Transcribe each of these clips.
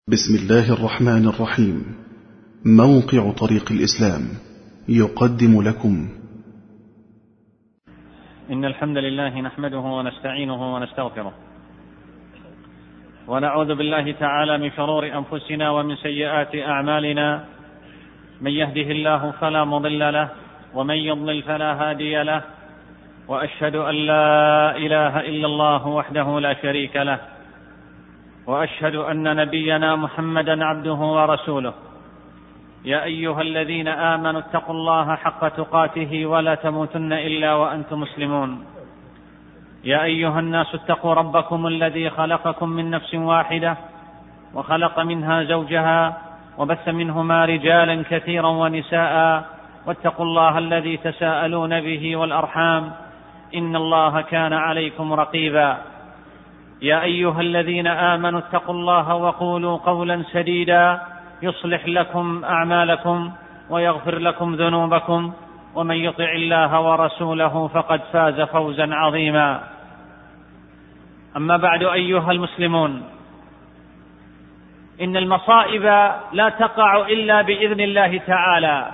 بسم الله الرحمن الرحيم. موقع طريق الإسلام يقدم لكم إن الحمد لله نحمده ونستعينه ونستغفره ونعوذ بالله تعالى من شرور أنفسنا ومن سيئات أعمالنا. من يهده الله فلا مضل له ومن يضلل فلا هادي له، وأشهد أن لا إله إلا الله وحده لا شريك له، وأشهد أن نبينا محمدا عبده ورسوله. يا أيها الذين آمنوا اتقوا الله حق تقاته ولا تموتن إلا وأنتم مسلمون. يا أيها الناس اتقوا ربكم الذي خلقكم من نفس واحدة وخلق منها زوجها وبث منهما رجالا كثيرا ونساء، واتقوا الله الذي تساءلون به والأرحام إن الله كان عليكم رقيبا. يا أيها الذين آمنوا اتقوا الله وقولوا قولا سديدا يصلح لكم أعمالكم ويغفر لكم ذنوبكم، ومن يطع الله ورسوله فقد فاز فوزا عظيما. أما بعد أيها المسلمون، إن المصائب لا تقع إلا بإذن الله تعالى.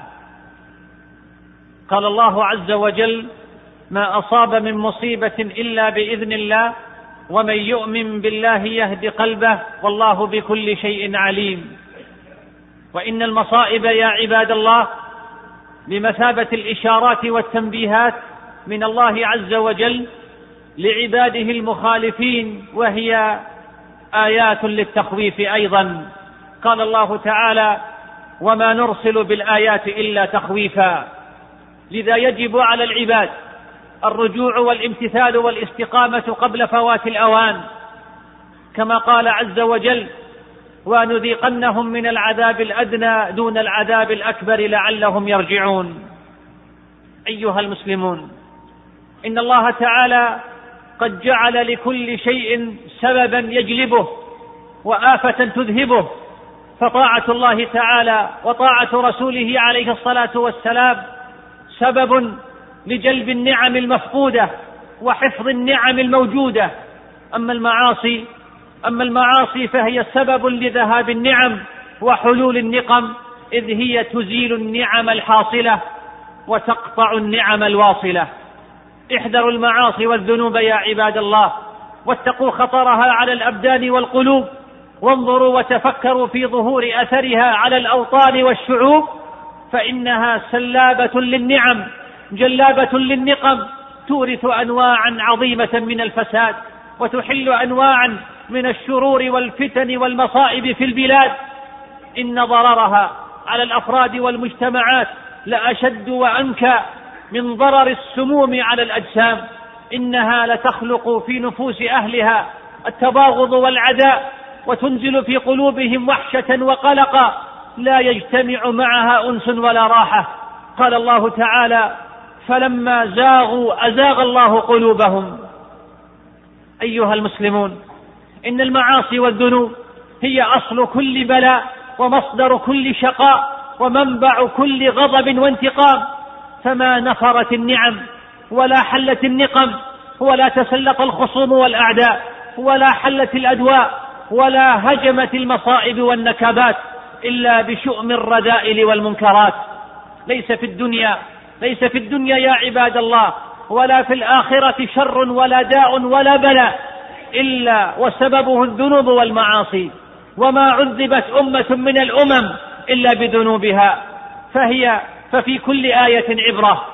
قال الله عز وجل: ما أصاب من مصيبة إلا بإذن الله ومن يؤمن بالله يهد قلبه والله بكل شيء عليم. وإن المصائب يا عباد الله بمثابة الإشارات والتنبيهات من الله عز وجل لعباده المخالفين، وهي آيات للتخويف أيضا. قال الله تعالى: وما نرسل بالآيات إلا تخويفا. لذا يجب على العباد الرجوع والامتثال والاستقامة قبل فوات الأوان، كما قال عز وجل: ونذيقنهم من العذاب الأدنى دون العذاب الأكبر لعلهم يرجعون. أيها المسلمون، إن الله تعالى قد جعل لكل شيء سببا يجلبه وآفة تذهبه، فطاعة الله تعالى وطاعة رسوله عليه الصلاة والسلام سبب لجلب النعم المفقودة وحفظ النعم الموجودة. أما المعاصي فهي سبب لذهاب النعم وحلول النقم، إذ هي تزيل النعم الحاصلة وتقطع النعم الواصلة. احذروا المعاصي والذنوب يا عباد الله، واتقوا خطرها على الأبدان والقلوب، وانظروا وتفكروا في ظهور أثرها على الأوطان والشعوب، فإنها سلابة للنعم جلابة للنقم، تورث أنواعا عظيمة من الفساد وتحل أنواعا من الشرور والفتن والمصائب في البلاد. إن ضررها على الأفراد والمجتمعات لأشد وأنكى من ضرر السموم على الأجسام. إنها لتخلق في نفوس أهلها التباغض والعداء، وتنزل في قلوبهم وحشة وقلقا لا يجتمع معها أنس ولا راحة. قال الله تعالى: فلما زاغوا أزاغ الله قلوبهم. أيها المسلمون، إن المعاصي والذنوب هي أصل كل بلاء ومصدر كل شقاء ومنبع كل غضب وانتقام، فما نفرت النعم ولا حلت النقم ولا تسلط الخصوم والأعداء ولا حلت الأدواء ولا هجمت المصائب والنكبات إلا بشؤم الرذائل والمنكرات. ليس في الدنيا يا عباد الله ولا في الآخرة شر ولا داء ولا بلاء إلا وسببه الذنوب والمعاصي، وما عذبت أمة من الأمم إلا بذنوبها. ففي كل آية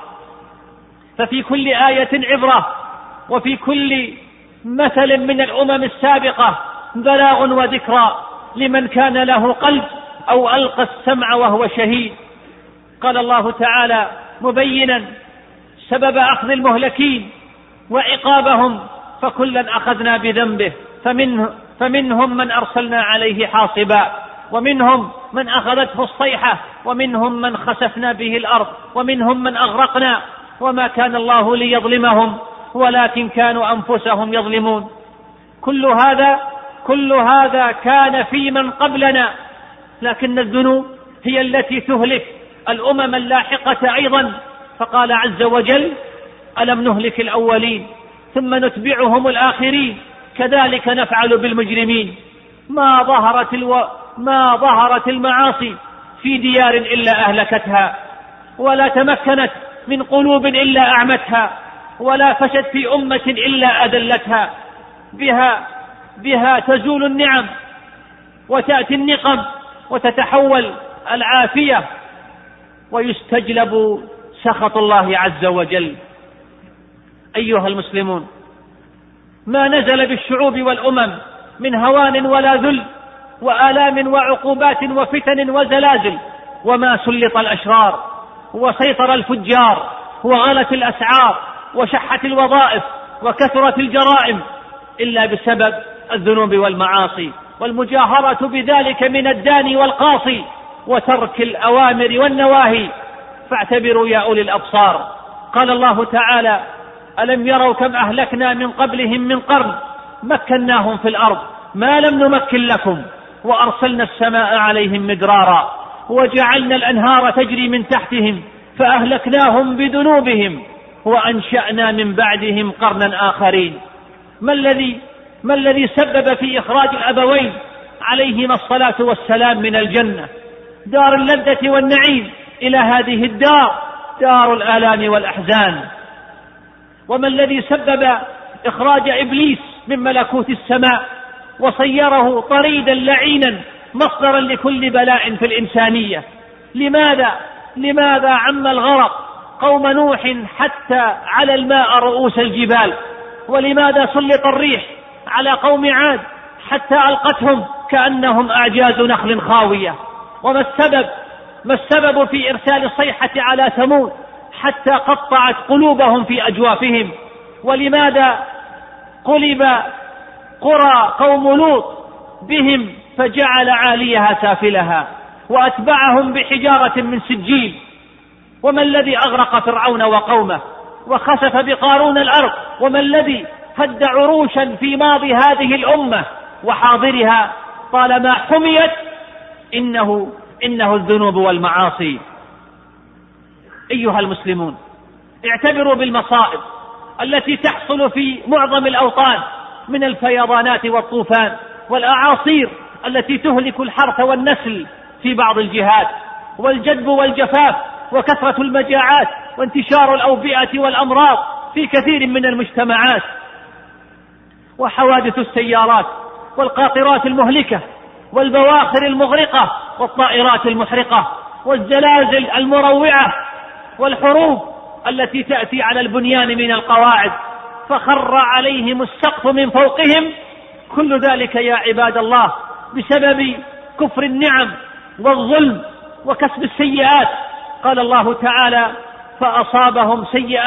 عبرة، وفي كل مثل من الأمم السابقة بلاغ وذكرى لمن كان له قلب أو ألقى السمع وهو شهيد. قال الله تعالى مبينا سبب أخذ المهلكين وعقابهم: فكلا أخذنا بذنبه فمنهم من أرسلنا عليه حاصبا، ومنهم من أخذته الصيحة، ومنهم من خسفنا به الأرض، ومنهم من أغرقنا، وما كان الله ليظلمهم ولكن كانوا أنفسهم يظلمون. كل هذا كان في من قبلنا، لكن الذنوب هي التي تهلك الأمم اللاحقة أيضا. فقال عز وجل: ألم نهلك الأولين ثم نتبعهم الآخرين كذلك نفعل بالمجرمين. ما ظهرت المعاصي في ديار إلا أهلكتها، ولا تمكنت من قلوب إلا أعمتها، ولا فشت في أمة إلا أدلتها. بها تزول النعم وتأتي النقم وتتحول العافية ويستجلب سخط الله عز وجل. أيها المسلمون، ما نزل بالشعوب والأمم من هوان ولا ذل وآلام وعقوبات وفتن وزلازل، وما سلط الأشرار وسيطر الفجار وغلت الأسعار وشحت الوظائف وكثرت الجرائم إلا بسبب الذنوب والمعاصي، والمجاهرة بذلك من الداني والقاصي وترك الأوامر والنواهي. فاعتبروا يا أولي الأبصار. قال الله تعالى: ألم يروا كم أهلكنا من قبلهم من قرن مكناهم في الأرض ما لم نمكن لكم وأرسلنا السماء عليهم مدرارا وجعلنا الأنهار تجري من تحتهم فأهلكناهم بذنوبهم وأنشأنا من بعدهم قرنا آخرين. ما الذي سبب في إخراج الأبوين عليهما الصلاة والسلام من الجنة دار اللذة والنعيم إلى هذه الدار دار الآلام والأحزان؟ وما الذي سبب إخراج إبليس من ملكوت السماء وصيره طريدا لعينا مصدرا لكل بلاء في الإنسانية؟ لماذا عم الغرق قوم نوح حتى على الماء رؤوس الجبال؟ ولماذا سلط الريح على قوم عاد حتى ألقتهم كأنهم أعجاز نخل خاوية؟ وما السبب في إرسال الصيحة على ثمود حتى قطعت قلوبهم في أجوافهم؟ ولماذا قلب قرى قوم لوط بهم فجعل عاليها سافلها وأتبعهم بحجارة من سجيل؟ وما الذي أغرق فرعون وقومه وخسف بقارون الأرض؟ وما الذي هد عروشا في ماضي هذه الأمة وحاضرها طالما حميت؟ إنه الذنوب والمعاصي. أيها المسلمون، اعتبروا بالمصائب التي تحصل في معظم الأوطان من الفيضانات والطوفان والأعاصير التي تهلك الحرث والنسل في بعض الجهات، والجدب والجفاف وكثرة المجاعات وانتشار الأوبئة والأمراض في كثير من المجتمعات، وحوادث السيارات والقاطرات المهلكة والبواخر المغرقة والطائرات المحرقة والزلازل المروعة والحروب التي تأتي على البنيان من القواعد فخر عليهم السقف من فوقهم. كل ذلك يا عباد الله بسبب كفر النعم والظلم وكسب السيئات. قال الله تعالى: فأصابهم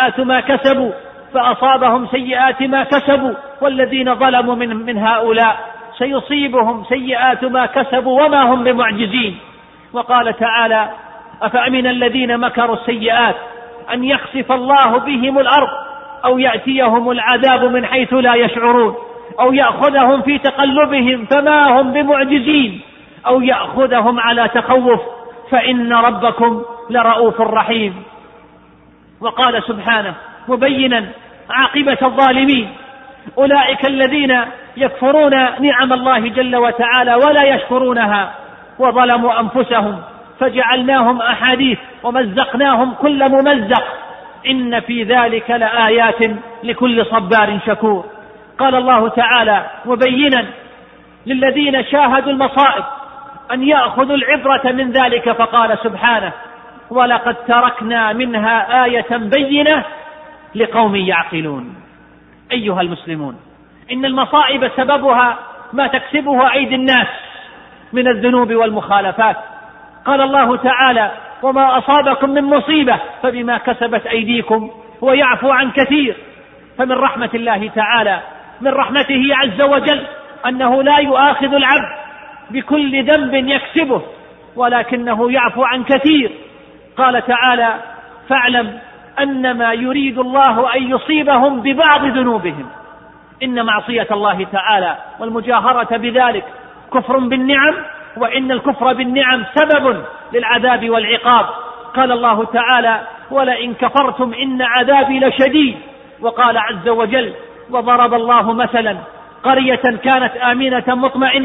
سيئات ما كسبوا والذين ظلموا من هؤلاء سيصيبهم سيئات ما كسبوا وما هم بمعجزين. وقال تعالى: أفأمن الذين مكروا السيئات أن يخسف الله بهم الأرض أو يأتيهم العذاب من حيث لا يشعرون أو يأخذهم في تقلبهم فما هم بمعجزين أو يأخذهم على تخوف فإن ربكم لرؤوف رحيم. وقال سبحانه مبينا عاقبة الظالمين: أولئك الذين يكفرون نعم الله جل وتعالى ولا يشكرونها وظلموا أنفسهم فجعلناهم أحاديث ومزقناهم كل ممزق إن في ذلك لآيات لكل صبار شكور. قال الله تعالى مبينا للذين شاهدوا المصائب أن يأخذوا العبرة من ذلك فقال سبحانه: ولقد تركنا منها آية بينة لقوم يعقلون. أيها المسلمون، إن المصائب سببها ما تكسبه أيدي الناس من الذنوب والمخالفات. قال الله تعالى: وما أصابكم من مصيبة فبما كسبت أيديكم ويعفو عن كثير. فمن رحمة الله تعالى، من رحمته عز وجل، أنه لا يؤاخذ العبد بكل ذنب يكسبه ولكنه يعفو عن كثير. قال تعالى: فاعلم أنما يريد الله أن يصيبهم ببعض ذنوبهم. إن معصية الله تعالى والمجاهرة بذلك كفر بالنعم، وإن الكفر بالنعم سبب للعذاب والعقاب. قال الله تعالى: ولئن كفرتم إن عذابي لشديد. وقال عز وجل: وضرب الله مثلا قرية كانت آمنة مطمئنة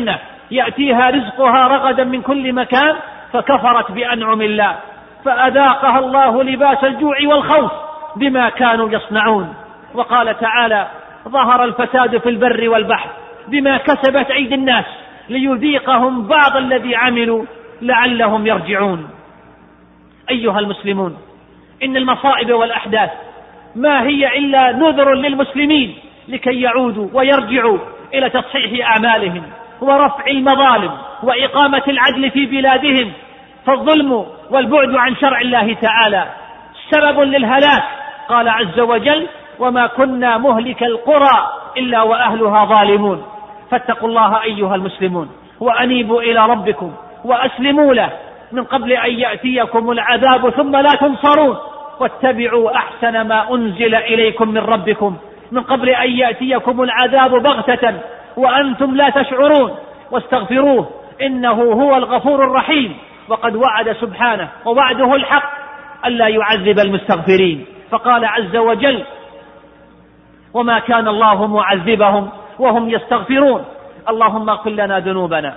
يأتيها رزقها رغدا من كل مكان فكفرت بأنعم الله فأذاقها الله لباس الجوع والخوف بما كانوا يصنعون. وقال تعالى: ظهر الفساد في البر والبحر بما كسبت أيدي الناس ليذيقهم بعض الذي عملوا لعلهم يرجعون. أيها المسلمون، إن المصائب والأحداث ما هي إلا نذر للمسلمين لكي يعودوا ويرجعوا إلى تصحيح أعمالهم ورفع المظالم وإقامة العدل في بلادهم، فالظلم والبعد عن شرع الله تعالى سبب للهلاك. قال عز وجل: وما كنا مهلك القرى إلا وأهلها ظالمون. فاتقوا الله أيها المسلمون وأنيبوا إلى ربكم وأسلموا له من قبل أن يأتيكم العذاب ثم لا تنصرون، واتبعوا أحسن ما أنزل إليكم من ربكم من قبل أن يأتيكم العذاب بغتة وأنتم لا تشعرون، واستغفروه إنه هو الغفور الرحيم. وقد وعد سبحانه ووعده الحق ألا يعذب المستغفرين، فقال عز وجل: وما كان الله معذبهم وهم يستغفرون. اللهم اغفر لنا ذنوبنا،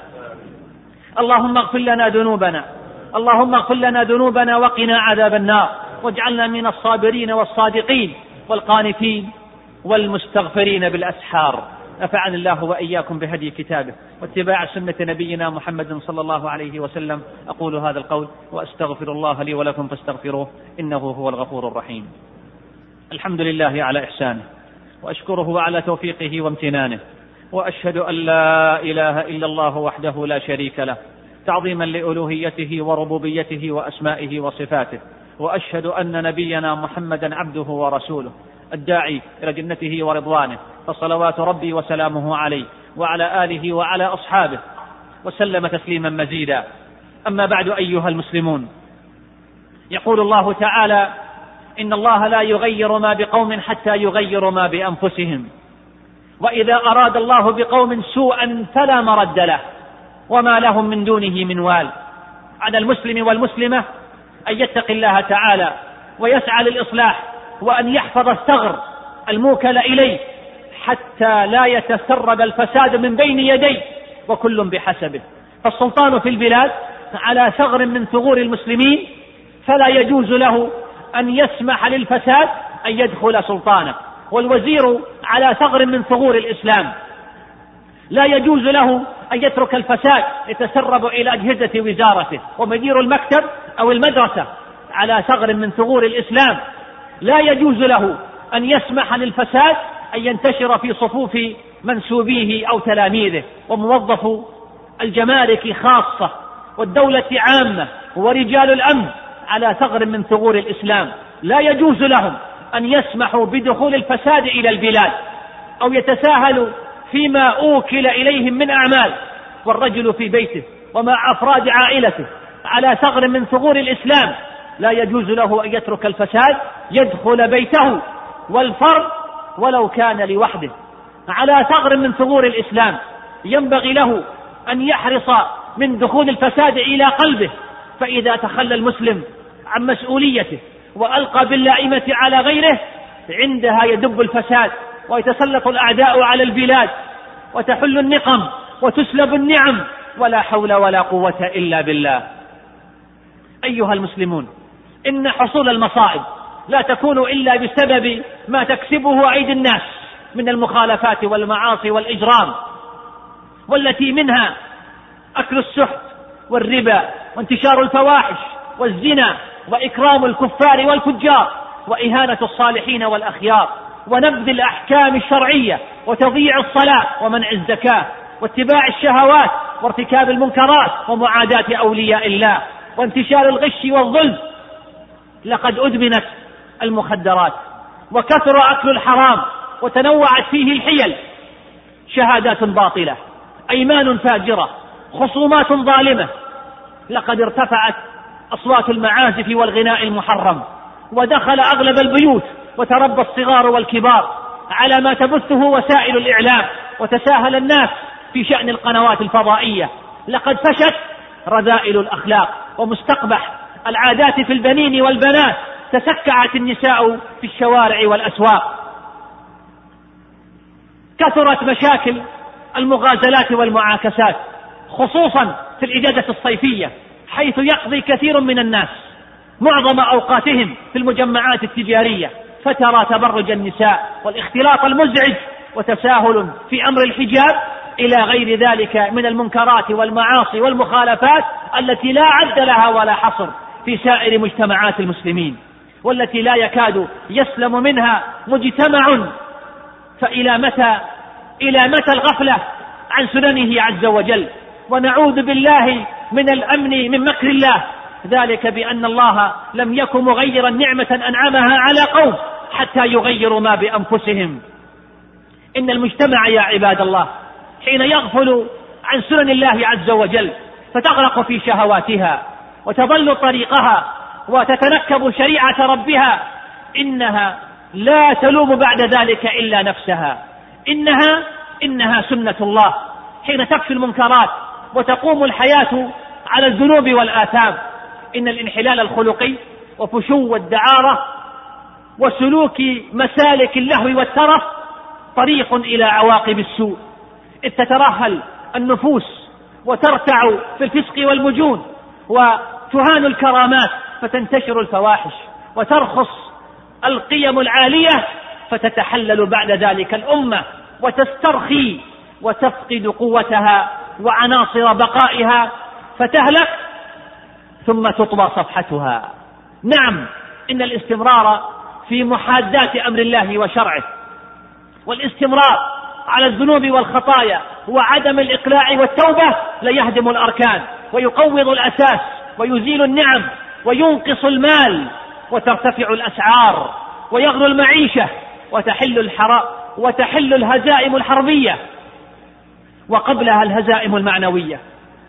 اللهم اغفر لنا ذنوبنا، اللهم اغفر لنا ذنوبنا وقنا عذاب النار، واجعلنا من الصابرين والصادقين والقانتين والمستغفرين بالأسحار. نفعني الله وإياكم بهدي كتابه واتباع سنة نبينا محمد صلى الله عليه وسلم. أقول هذا القول وأستغفر الله لي ولكم فاستغفروه إنه هو الغفور الرحيم. الحمد لله على إحسانه، وأشكره على توفيقه وامتنانه، وأشهد أن لا إله إلا الله وحده لا شريك له تعظيما لألوهيته وربوبيته وأسمائه وصفاته، وأشهد أن نبينا محمدا عبده ورسوله الداعي إلى جنته ورضوانه، فصلوات ربي وسلامه عليه وعلى آله وعلى أصحابه وسلم تسليما مزيدا. أما بعد أيها المسلمون، يقول الله تعالى: إن الله لا يغير ما بقوم حتى يغيروا ما بأنفسهم، وإذا أراد الله بقوم سوءا فلا مرد له وما لهم من دونه من وال. على المسلم والمسلمة أن يتقي الله تعالى ويسعى للإصلاح، وأن يحفظ الثغر الموكل إليه حتى لا يتسرب الفساد من بين يديه، وكل بحسبه. فالسلطان في البلاد على ثغر من ثغور المسلمين، فلا يجوز له أن يسمح للفساد أن يدخل سلطانه، والوزير على ثغر من ثغور الإسلام لا يجوز له أن يترك الفساد يتسرب إلى أجهزة وزارته، ومدير المكتب أو المدرسة على ثغر من ثغور الإسلام لا يجوز له أن يسمح للفساد أن ينتشر في صفوف منسوبيه أو تلاميذه، وموظفو الجمارك خاصة والدولة عامة ورجال الأمن على ثغر من ثغور الإسلام لا يجوز لهم أن يسمحوا بدخول الفساد إلى البلاد أو يتساهلوا فيما أوكل إليهم من أعمال. والرجل في بيته ومع أفراد عائلته على ثغر من ثغور الإسلام لا يجوز له أن يترك الفساد يدخل بيته، والفرد ولو كان لوحده على ثغر من ثغور الإسلام ينبغي له أن يحرص من دخول الفساد إلى قلبه، فإذا تخلى المسلم عن مسؤوليته وألقى باللائمة على غيره عندها يدب الفساد ويتسلط الأعداء على البلاد وتحل النقم وتسلب النعم، ولا حول ولا قوة إلا بالله. أيها المسلمون، إن حصول المصائب لا تكون إلا بسبب ما تكسبه أيدي الناس من المخالفات والمعاصي والإجرام، والتي منها أكل السحت والربا وانتشار الفواحش والزنا وإكرام الكفار والفجار وإهانة الصالحين والأخيار ونبذ الأحكام الشرعية وتضييع الصلاة ومنع الزكاة واتباع الشهوات وارتكاب المنكرات ومعاداة أولياء الله وانتشار الغش والظلم. لقد أدمنت المخدرات وكثر أكل الحرام وتنوعت فيه الحيل، شهادات باطلة، أيمان فاجرة، خصومات ظالمة. لقد ارتفعت أصوات المعازف والغناء المحرم ودخل أغلب البيوت وتربى الصغار والكبار على ما تبثه وسائل الإعلام، وتساهل الناس في شأن القنوات الفضائية. لقد فشت رذائل الأخلاق ومستقبح العادات في البنين والبنات، تسكعت النساء في الشوارع والأسواق، كثرت مشاكل المغازلات والمعاكسات، خصوصا في الإجازة الصيفية، حيث يقضي كثير من الناس معظم أوقاتهم في المجمعات التجارية، فترى تبرج النساء والاختلاط المزعج وتساهل في أمر الحجاب إلى غير ذلك من المنكرات والمعاصي والمخالفات التي لا عد لها ولا حصر في سائر مجتمعات المسلمين، والتي لا يكاد يسلم منها مجتمع. فإلى متى الغفلة عن سننه عز وجل؟ ونعوذ بالله من الأمن من مكر الله، ذلك بأن الله لم يكن مغيرا نعمة أنعمها على قوم حتى يغيروا ما بأنفسهم. إن المجتمع يا عباد الله حين يغفل عن سنن الله عز وجل فتغرق في شهواتها وتضل طريقها وتتنكب شريعة ربها، إنها لا تلوم بعد ذلك إلا نفسها. إنها سنة الله حين تكفي المنكرات وتقوم الحياة على الذنوب والآثام. إن الانحلال الخلقي وفشو الدعارة وسلوك مسالك اللهو والترف طريق إلى عواقب السوء، إذ تترهل النفوس وترتع في الفسق والمجون وتهان الكرامات فتنتشر الفواحش وترخص القيم العالية، فتتحلل بعد ذلك الأمة وتسترخي وتفقد قوتها وعناصر بقائها فتهلك ثم تطوى صفحتها. نعم، إن الاستمرار في محاداة أمر الله وشرعه والاستمرار على الذنوب والخطايا وعدم الإقلاع والتوبة ليهدم الأركان ويقوض الأساس ويزيل النعم وينقص المال وترتفع الأسعار ويغلو المعيشة وتحل الهزائم الحربية وقبلها الهزائم المعنوية.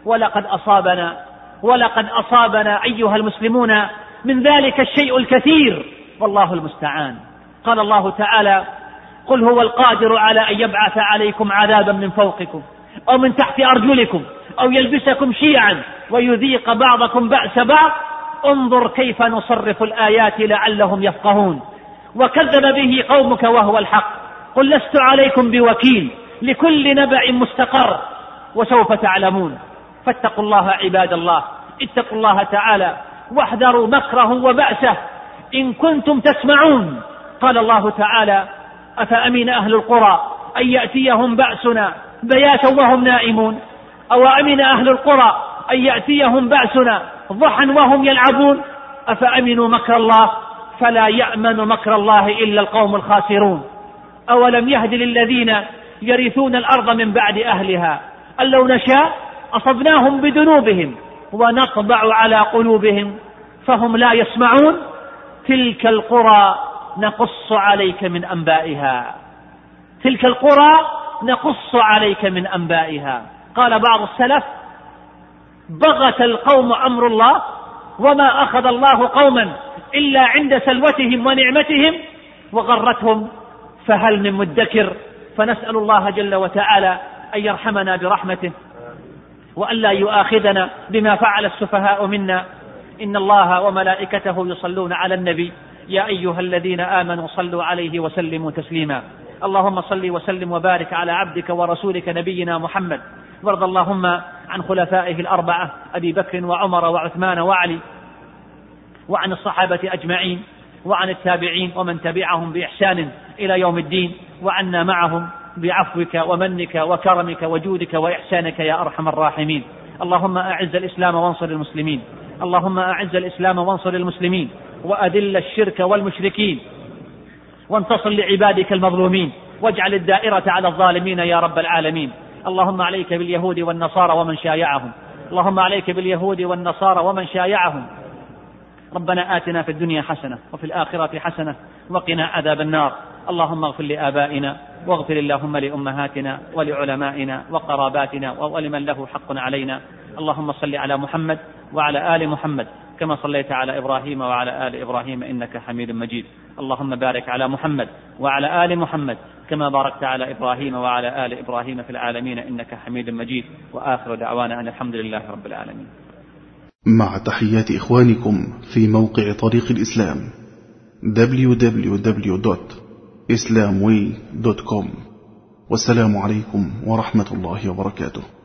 ولقد أصابنا أيها المسلمون من ذلك الشيء الكثير، والله المستعان. قال الله تعالى: قل هو القادر على أن يبعث عليكم عذابا من فوقكم أو من تحت أرجلكم أو يلبسكم شيعا ويذيق بعضكم بأس بعض، انظر كيف نصرف الآيات لعلهم يفقهون. وكذب به قومك وهو الحق، قل لست عليكم بوكيل، لكل نبأ مستقر وسوف تعلمون. فاتقوا الله عباد الله، اتقوا الله تعالى واحذروا مكره وبأسه إن كنتم تسمعون. قال الله تعالى: أفأمن أهل القرى أن يأتيهم بأسنا بياتا وهم نائمون، أو أمن أهل القرى أن يأتيهم بأسنا ضحى وهم يلعبون، أفأمنوا مكر الله فلا يأمن مكر الله إلا القوم الخاسرون. أولم يهد للذين يرثون الأرض من بعد أهلها أن لو نشاء أصبناهم بذنوبهم ونطبع على قلوبهم فهم لا يسمعون، تلك القرى نقص عليك من أنبائها، تلك القرى نقص عليك من أنبائها. قال بعض السلف: بغت القوم أمر الله وما أخذ الله قوما إلا عند سلوتهم ونعمتهم وغرتهم فهل من مدكر. فنسأل الله جل وتعالى أن يرحمنا برحمته وأن لا يؤاخذنا بما فعل السفهاء منا. إن الله وملائكته يصلون على النبي يا أيها الذين آمنوا صلوا عليه وسلموا تسليما. اللهم صل وسلم وبارك على عبدك ورسولك نبينا محمد، وارض اللهم عن خلفائه الأربعة أبي بكر وعمر وعثمان وعلي، وعن الصحابة أجمعين، وعن التابعين ومن تبعهم بإحسان إلى يوم الدين، وعنا معهم بعفوك ومنك وكرمك وجودك وإحسانك يا أرحم الراحمين. اللهم أعز الإسلام وانصر المسلمين، اللهم أعز الإسلام وانصر المسلمين، وأذل الشرك والمشركين، وانتصر لعبادك المظلومين، واجعل الدائرة على الظالمين يا رب العالمين. اللهم عليك باليهود والنصارى ومن شايعهم، اللهم عليك باليهود والنصارى ومن شايعهم. ربنا آتنا في الدنيا حسنة وفي الآخرة حسنة وقنا عذاب النار. اللهم اغفر لآبائنا، واغفر اللهم لأمهاتنا ولعلمائنا وقراباتنا ولمن له حق علينا. اللهم صل على محمد وعلى آل محمد كما صليت على إبراهيم وعلى آل إبراهيم إنك حميد مجيد. اللهم بارك على محمد وعلى آل محمد كما باركت على إبراهيم وعلى آل إبراهيم في العالمين إنك حميد مجيد. وآخر دعوانا أن الحمد لله رب العالمين. مع تحيات إخوانكم في موقع طريق الإسلام www.islamway.com. والسلام عليكم ورحمة الله وبركاته.